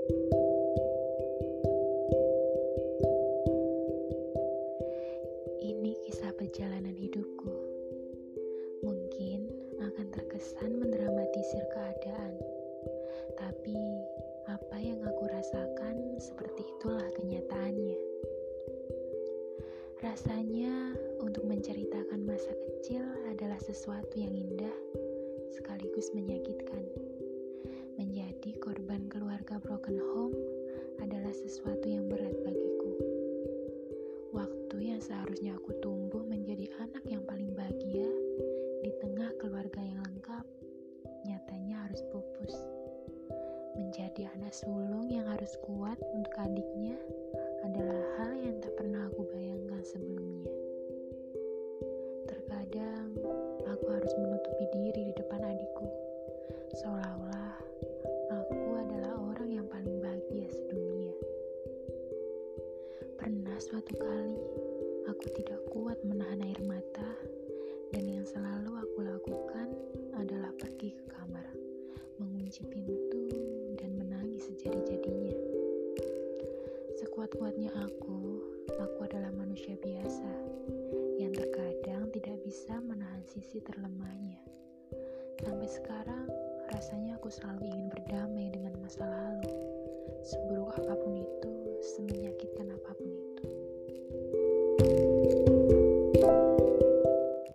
Ini kisah perjalanan hidupku. Mungkin akan terkesan mendramatisir keadaan, tapi apa yang aku rasakan seperti itulah kenyataannya. Rasanya untuk menceritakan masa kecil adalah sesuatu yang indah sekaligus menyakitkan. Menjadi korban keluarga broken home adalah sesuatu yang berat bagiku. Waktu yang seharusnya aku tumbuh menjadi anak yang paling bahagia di tengah keluarga yang lengkap, nyatanya harus pupus. Menjadi anak sulung yang harus kuat untuk adiknya adalah hal yang tak pernah aku bayangkan sebelumnya. Terkadang aku harus menutupi diri di depan adikku, seolah-olah aku adalah orang yang paling bahagia sedunia. Pernah suatu kali aku tidak kuat menahan air mata, dan yang selalu aku lakukan adalah pergi ke kamar, mengunci pintu, dan menangis sejadi-jadinya. Sekuat-kuatnya aku adalah manusia biasa yang terkadang tidak bisa menahan sisi terlemahnya. Sampai sekarang, rasanya aku selalu ingin berdamai dengan masa lalu, seburuk apapun